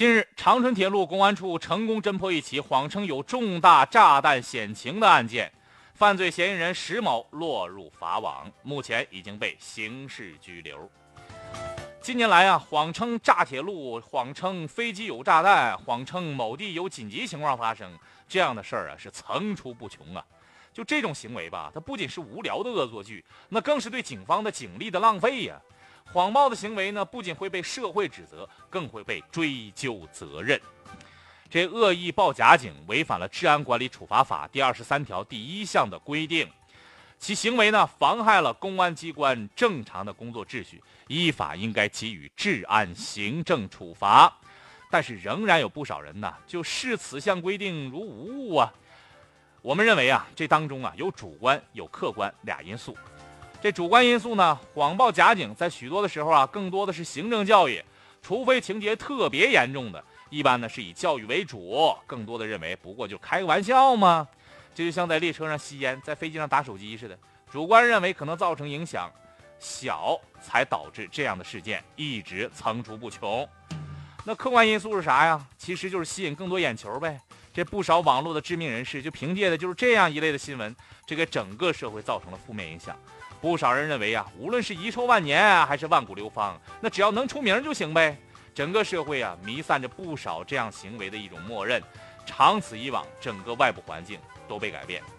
近日，长春铁路公安处成功侦破一起谎称有重大炸弹险情的案件，犯罪嫌疑人石某落入法网，目前已经被刑事拘留。近年来谎称炸铁路、谎称飞机有炸弹、谎称某地有紧急情况发生，这样的事儿是层出不穷啊。就这种行为吧，它不仅是无聊的恶作剧，那更是对警方的警力的浪费呀。谎报的行为呢，不仅会被社会指责，更会被追究责任。这恶意报假警违反了《治安管理处罚法》第23条第1项的规定，其行为呢妨害了公安机关正常的工作秩序，依法应该给予治安行政处罚。但是仍然有不少人呢就视此项规定如无物啊。我们认为这当中有主观有客观俩因素。这主观因素呢，谎报假警在许多的时候更多的是行政教育，除非情节特别严重的，一般呢是以教育为主，更多的认为不过就开个玩笑嘛。这就像在列车上吸烟，在飞机上打手机似的，主观认为可能造成影响小，才导致这样的事件一直层出不穷。那客观因素是啥呀？其实就是吸引更多眼球呗。这不少网络的知名人士就凭借的就是这样一类的新闻，这给整个社会造成了负面影响。不少人认为无论是遗臭万年还是万古流芳，那只要能出名就行呗。整个社会弥散着不少这样行为的一种默认，长此以往，整个外部环境都被改变。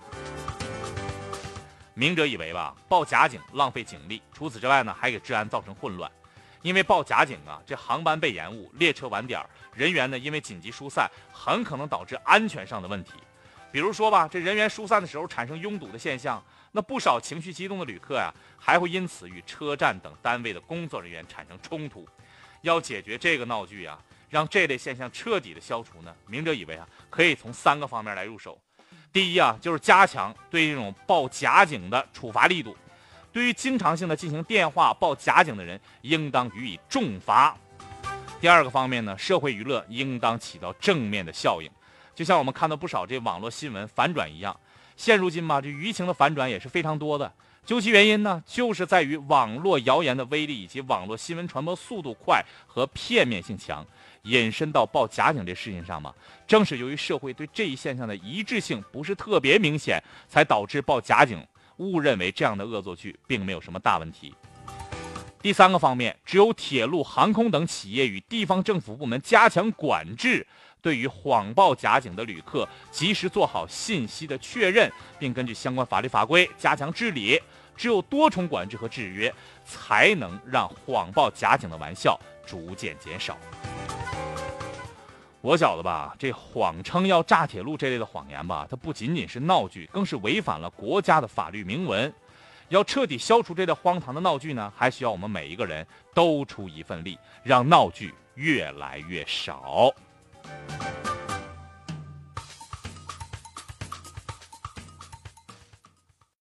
明者以为报假警浪费警力，除此之外呢，还给治安造成混乱。因为报假警这航班被延误、列车晚点，人员呢因为紧急疏散，很可能导致安全上的问题。比如说这人员疏散的时候产生拥堵的现象，那不少情绪激动的旅客还会因此与车站等单位的工作人员产生冲突。要解决这个闹剧让这类现象彻底的消除呢，明者以为可以从3个方面来入手。第一就是加强对这种报假警的处罚力度，对于经常性的进行电话报假警的人，应当予以重罚。第2个方面呢，社会娱乐应当起到正面的效应。就像我们看到不少这网络新闻反转一样，现如今这舆情的反转也是非常多的。究其原因呢，就是在于网络谣言的威力以及网络新闻传播速度快和片面性强，引申到报假警这事情上正是由于社会对这一现象的一致性不是特别明显，才导致报假警误认为这样的恶作剧并没有什么大问题。第3个方面，只有铁路、航空等企业与地方政府部门加强管制，对于谎报假警的旅客及时做好信息的确认，并根据相关法律法规加强治理。只有多重管制和制约，才能让谎报假警的玩笑逐渐减少。我觉得这谎称要炸铁路这类的谎言它不仅仅是闹剧，更是违反了国家的法律明文。要彻底消除这类荒唐的闹剧呢，还需要我们每一个人都出一份力，让闹剧越来越少。